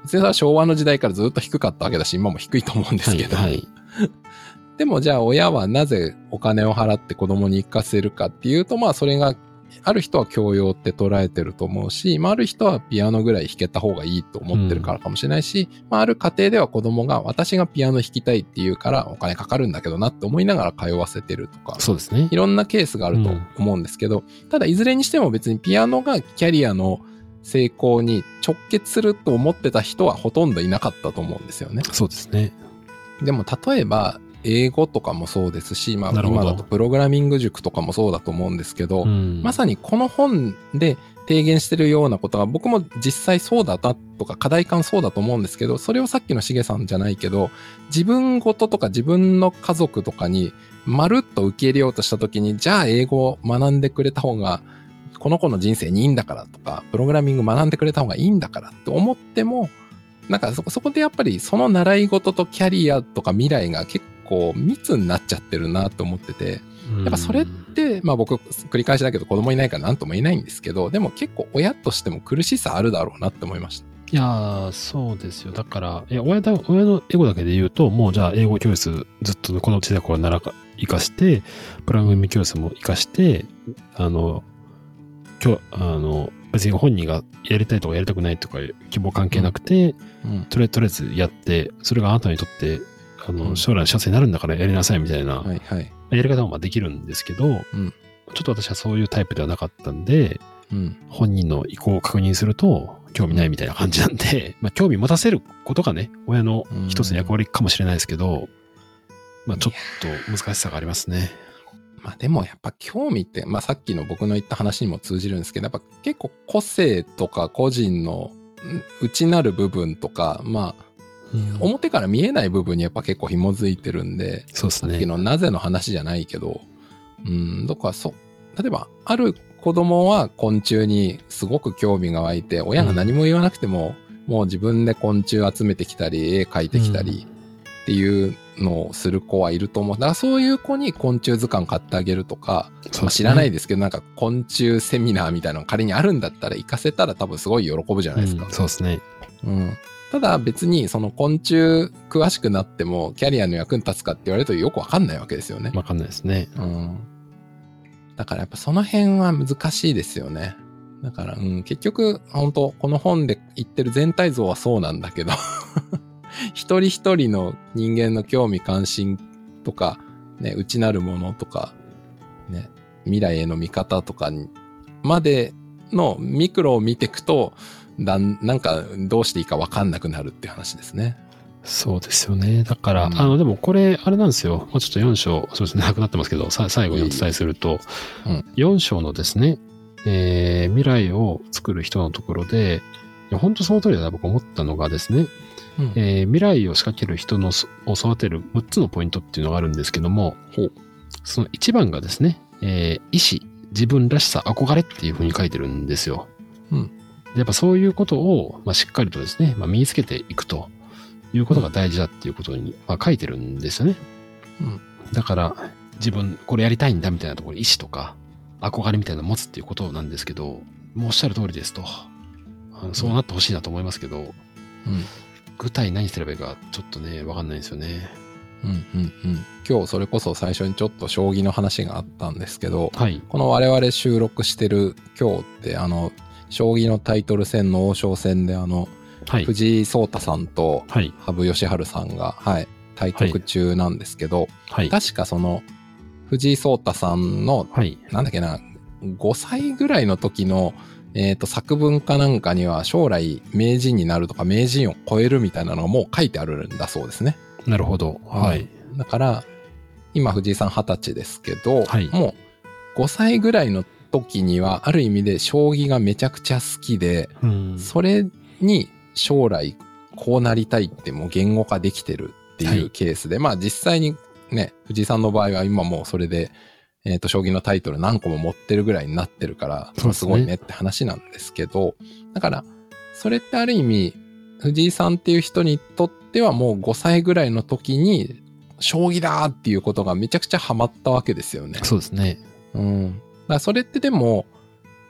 別にそれは昭和の時代からずっと低かったわけだし、今も低いと思うんですけど。 はい、はい。 でもじゃあ親はなぜお金を払って子供に行かせるかっていうと、まあそれが、ある人は教養って捉えてると思うし、まあある人はピアノぐらい弾けた方がいいと思ってるからかもしれないし、うん、まあある家庭では子供が私がピアノ弾きたいって言うからお金かかるんだけどなって思いながら通わせてるとか。 そうですね。 いろんなケースがあると思うんですけど、うん、ただいずれにしても別にピアノがキャリアの成功に直結すると思ってた人はほとんどいなかったと思うんですよね。 そうですね。 でも例えば、英語とかもそうですし、まあ今だとプログラミング塾とかもそうだと思うんですけど、うん、まさにこの本で提言してるようなことが僕も実際そうだなとか課題感そうだと思うんですけど、それをさっきのしげさんじゃないけど、自分ごととか自分の家族とかにまるっと受け入れようとした時に、じゃあ英語を学んでくれた方がこの子の人生にいいんだからとか、プログラミング学んでくれた方がいいんだからって思っても、なんかそこ、そこでやっぱりその習い事とキャリアとか未来が結構こう密になっちゃってるなと思ってて、やっぱそれってまあ僕繰り返しだけど子供いないから何とも言えないんですけど、でも結構親としても苦しさあるだろうなって思いました。 いやーそうですよ。だからいや親だ親のエゴだけで言うと、もうじゃあ英語教室ずっとこの小さい頃習か生かして、プログラミング教室も生かして、あの今日あの別に本人がやりたいとかやりたくないとか希望関係なくて、うんうん、とりあえずやって、それがあなたにとってあの将来の幸せになるんだからやりなさいみたいな、はいはい、やり方もできるんですけど、うん、ちょっと私はそういうタイプではなかったんで、うん、本人の意向を確認すると興味ないみたいな感じなんで、まあ、興味持たせることがね、親の一つの役割かもしれないですけど、うん、まあ、ちょっと難しさがありますね。 まあでもやっぱ興味って、まあさっきの僕の言った話にも通じるんですけど、やっぱ結構個性とか個人の内なる部分とか、まあ、うん、表から見えない部分にやっぱ結構紐づいてるんで、 そうですね。 さっきのなぜの話じゃないけど、うん、だからそ、例えばある子供は昆虫にすごく興味が湧いて、親が何も言わなくても、うん、もう自分で昆虫集めてきたり、絵描いてきたりっていうのをする子はいると思う。だからそういう子に昆虫図鑑買ってあげるとか、まあ、知らないですけど、なんか昆虫セミナーみたいなの仮にあるんだったら行かせたら多分すごい喜ぶじゃないですか。 うん、そうですね。 うん。ただ別にその昆虫詳しくなってもキャリアの役に立つかって言われるとよくわかんないわけですよね。 わかんないですね。 うん。だからやっぱその辺は難しいですよね。だから、うん、結局本当この本で言ってる全体像はそうなんだけど一人一人の人間の興味関心とかね、内なるものとかね、未来への見方とかにまでのミクロを見ていくとだんなんかどうしていいか分かんなくなるっていう話ですね。 そうですよね。だから、うん、あの、でもこれ、あれなんですよ。もうちょっとよん章、そうですね、なくなってますけど、さ最後にお伝えすると、うん、よん章のですね、えー、未来を作る人のところで、いや本当その通りだな、僕思ったのがですね、うんえー、未来を仕掛ける人のを育てるむっつのポイントっていうのがあるんですけども、そのいちばんがですね、えー、意志、自分らしさ、憧れっていうふうに書いてるんですよ。うん、でやっぱそういうことを、まあ、しっかりとですね、まあ、身につけていくということが大事だっていうことに、まあ、書いてるんですよね。うん、だから自分これやりたいんだみたいなところ、意志とか憧れみたいなのを持つっていうことなんですけど、もうおっしゃる通りですと、あのそうなってほしいなと思いますけど、うん、具体何すればいいかちょっとね、わかんないんですよね。 うんうんうん。今日それこそ最初にちょっと将棋の話があったんですけど、 はい、 この我々収録してる今日ってあの将棋のタイトル戦の王将戦であの、はい、藤井聡太さんと羽生善治さんが、はい、対局中なんですけど、はい、確かその藤井聡太さんの、はい、なんだっけな、ごさいぐらいの時のえっと、作文かなんかには将来名人になるとか名人を超えるみたいなのがもう書いてあるんだそうですね。 なるほど。はい。 だから、今藤井さんはたちですけど、 はい、 もうごさいぐらいの時にはある意味で将棋がめちゃくちゃ好きで、うん、それに将来こうなりたいってもう言語化できてるっていうケースで、はい、まあ実際にね、藤井さんの場合は今もうそれでえっと、将棋のタイトル何個も持ってるぐらいになってるから、それすごいねって話なんですけど、だから、それってある意味、藤井さんっていう人にとってはもうごさいぐらいの時に、将棋だーっていうことがめちゃくちゃハマったわけですよね。 そうですね。 うん。だからそれってでも、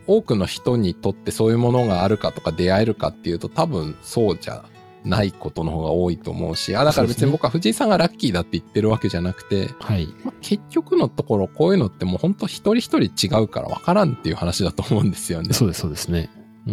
多くの人にとってそういうものがあるかとか出会えるかっていうと多分そうじゃないことの方が多いと思うし、あ、だから別に僕は藤井さんがラッキーだって言ってるわけじゃなくて、 はい。 まあ、結局のところこういうのってもう本当一人一人違うから分からんっていう話だと思うんですよね。 そうです、そうですね。 うん。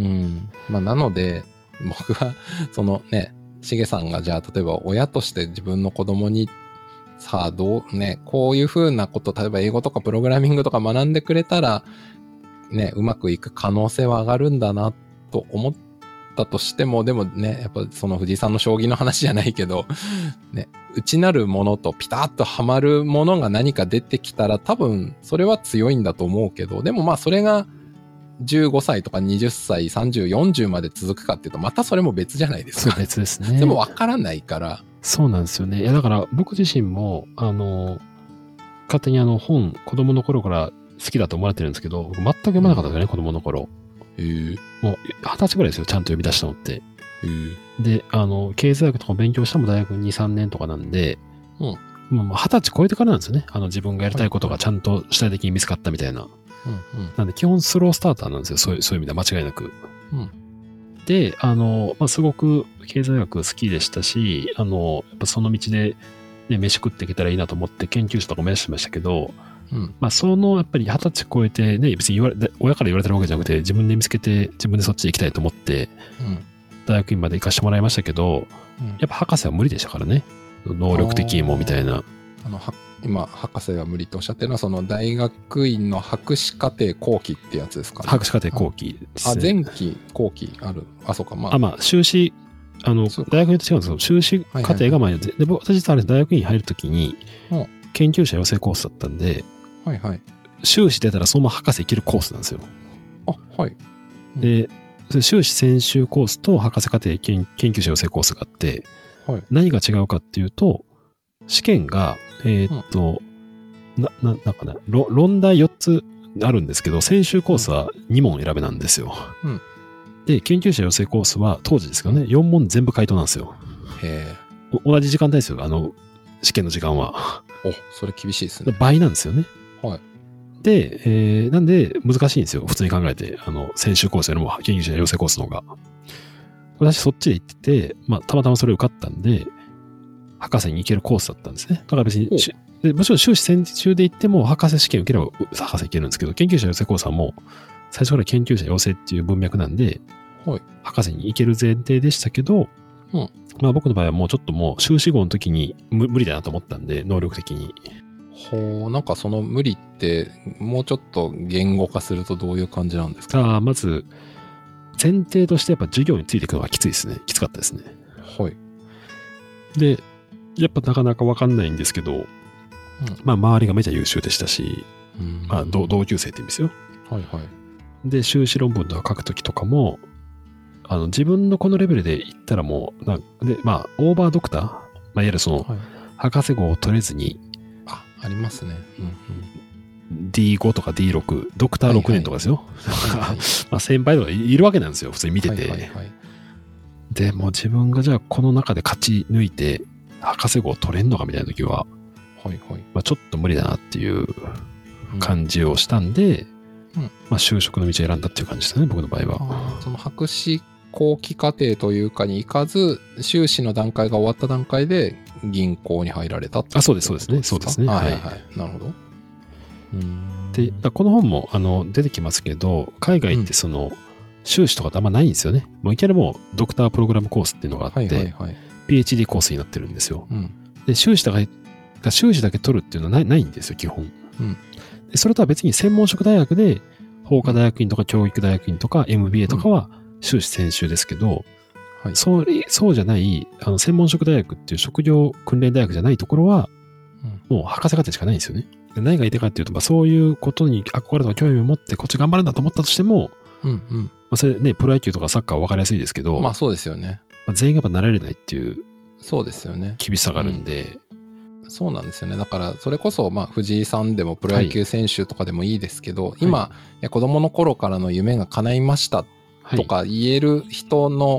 まあなので、僕は、そのね、しげさんがじゃあ例えば親として自分の子供にさあどうね、こういう風なこと、例えば英語とかプログラミングとか学んでくれたら、ね、うまくいく可能性は上がるんだなと思ったとしても、でもね、やっぱその藤井さんの将棋の話じゃないけど、ね、内なるものとピタッとはまるものが何か出てきたら多分それは強いんだと思うけど、でもまあそれがじゅうごさいとかはたち、さんじゅう、よんじゅうまで続くかっていうと、またそれも別じゃないですか。 そう別ですね。 でも分からないから。 そうなんですよね。いやだから僕自身も、あの、勝手にあの本、子供の頃から好きだと思われてるんですけど、僕全く読まなかったんですよね、うん、子供の頃。 へーもう二十歳ぐらいですよ、ちゃんと読み出したのって。 へーで、あの、経済学とか勉強したのも大学に、さんねんとかなんで、 うん。 もう二十歳超えてからなんですよね。あの自分がやりたいことがちゃんと主体的に見つかったみたいな。 うんうん、 なんで基本スロースターターなんですよ。そういう、そういう意味では間違いなく。 うん、 で、あの、まあ、すごく経済学好きでしたし、あの、やっぱその道で、ね、飯食っていけたらいいなと思って研究所とか目指してましたけど、 うん、 まあ、そのやっぱり二十歳超えてね、別に言われ、親から言われてるわけじゃなくて、自分で見つけて、自分でそっちで行きたいと思って、うん、大学院まで行かしてもらいましたけど、うん、やっぱ博士は無理でしたからね。能力的にもみたいな。 あの、今、博士は無理とおっしゃってるのは、その大学院の博士課程後期ってやつですかね。 博士課程後期ですね。 あ、前期後期ある。あ、そうか、まあ。 あ、まあ、修士、あの、大学院と違うんですけど、修士課程が前で、で、僕、私実は大学院に入るときに、研究者養成コースだったんで、 はいはい。 修士出たらそのまま博士行けるコースなんですよ。 あ、はい。 うん、で、修士専修コースと博士課程研究者養成コースがあって、はい、何が違うかっていうと、試験が、えー、っと、うん、な、な、なんかね、論題よっつあるんですけど、専修コースはに問選べなんですよ。うん、で、研究者養成コースは当時ですけどね、よん問全部回答なんですよ。 へー。同じ時間帯ですよ、あの、試験の時間は。 お、それ厳しいですね。 倍なんですよね。 はい。 で、えー、なんで難しいんですよ。普通に考えて。あの、専修コースよりも研究者養成コースの方が。私そっちで行ってて、まあ、たまたまそれ受かったんで、博士に行けるコースだったんですね。だから別に、でもちろん修士専修で行っても博士試験受ければ博士行けるんですけど、研究者養成コースはもう最初から研究者養成っていう文脈なんで、はい、博士に行ける前提でしたけど、うん、まあ僕の場合はもうちょっともう修士号の時に無理だなと思ったんで、能力的に。 ほう、なんかその無理ってもうちょっと言語化するとどういう感じなんですか？ ああ、まず前提としてやっぱ授業についていくのがきついですね。きつかったですね。 はい。 で、やっぱなかなかわかんないんですけど、うん、まあ周りがめちゃ優秀でしたし、うん、まあ同級生って意味ですよ。 はいはい。 で、修士論文とか書くときとかも、あの自分のこのレベルで言ったらもう、なんで、まあオーバードクター、まあいわゆるその、はい、博士号を取れずに、 あ、ありますね。うんうん、ディーファイブ とか ディーシックス、ドクターろくねんとかですよ。はいはい、まあ先輩とかいるわけなんですよ、普通に見てて。はいはいはい、でも自分がじゃあこの中で勝ち抜いて、博士号を取れんのかみたいな時は、 はいはい、 まあ、ちょっと無理だなっていう感じをしたんで、うん、まあ就職の道を選んだっていう感じですね、僕の場合は。 その博士後期課程というかに行かず、修士の段階が終わった段階で銀行に入られたってことですか？ あ、そうです、そうですね。そうですね。 はいはいはい。なるほど。 うん、で、この本もあの出てきますけど、海外ってその、うん、修士とかってあんまないんですよね。もういきなりもうドクタープログラムコースっていうのがあって、はいはいはい、ピーエイチディー コースになってるんですよ。うん、で、修士だけ、修士だけ取るっていうのはない、ないんですよ、基本、うん。で。それとは別に専門職大学で、法科大学院とか教育大学院とか エムビーエー とかは修士専修ですけど、うんはい、そう、そうじゃない、あの、専門職大学っていう職業訓練大学じゃないところは、うん、もう博士課程しかないんですよね。で何が言いたいかっていうと、まあ、そういうことに憧れとか興味を持ってこっち頑張るんだと思ったとしても、うんうんまあ、それね、プロ野球とかサッカーは分かりやすいですけど、 まあそうですよね。 まあ、全員がやっぱなれれないっていう、 そうですよね。 厳しさがあるんで、 うん、そうなんですよね。だからそれこそまあ藤井さんでもプロ野球選手とかでもいいですけど、はい、今、はい、いや子供の頃からの夢が叶いましたとか言える人の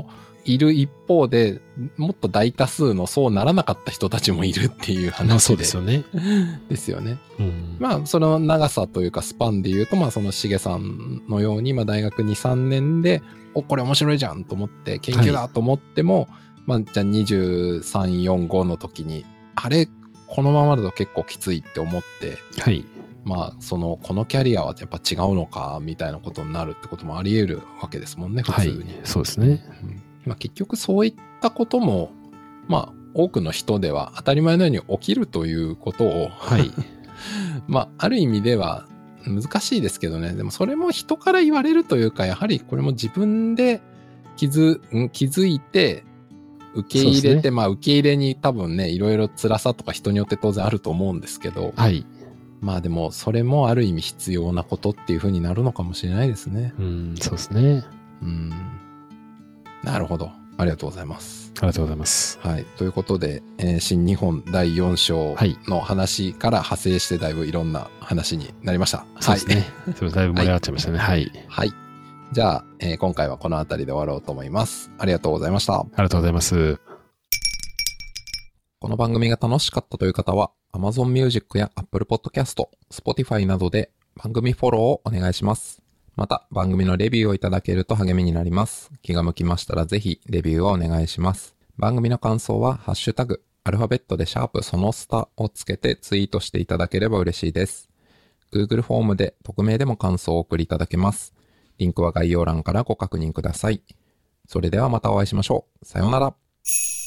いる一方で、もっと大多数のそうならなかった人たちもいるっていう話で。 まあそうですよね。 ですよね。 うん、 まあその長さというかスパンで言うと、まあそのしげさんのように、まあ大学に、さんねんで、お、これ面白いじゃんと思って、研究だと思っても、はい、まあじゃあにじゅうさん、よん、ごの時に、あれ、このままだと結構きついって思って、 はい。 まあその、このキャリアはやっぱ違うのか、みたいなことになるってこともあり得るわけですもんね、普通に。はい、 そうですね。 うんまあ、結局そういったことも、まあ、多くの人では当たり前のように起きるということを、 はい。 まあ、ある意味では難しいですけどね。でもそれも人から言われるというか、やはりこれも自分で気づ、気づいて、受け入れて、ね、まあ、受け入れに多分ね、いろいろ辛さとか人によって当然あると思うんですけど、 はい。 まあでも、それもある意味必要なことっていう風になるのかもしれないですね。 うん、そうですね。 うん。なるほど。ありがとうございます。 ありがとうございます。 はい。ということで、えー、新日本だいよん章の話から派生してだいぶいろんな話になりました。 そうですね。それだいぶ盛り上がっちゃいましたね。はい。はい。 はい、じゃあ、えー、今回はこの辺りで終わろうと思います。ありがとうございました。ありがとうございます。 この番組が楽しかったという方は、Amazon Music や Apple Podcast、Spotify などで番組フォローをお願いします。また、番組のレビューをいただけると励みになります。気が向きましたらぜひレビューをお願いします。番組の感想は、ハッシュタグ、アルファベットでシャープそのスタをつけてツイートしていただければ嬉しいです。Google フォームで匿名でも感想をお送りいただけます。リンクは概要欄からご確認ください。それではまたお会いしましょう。さようなら。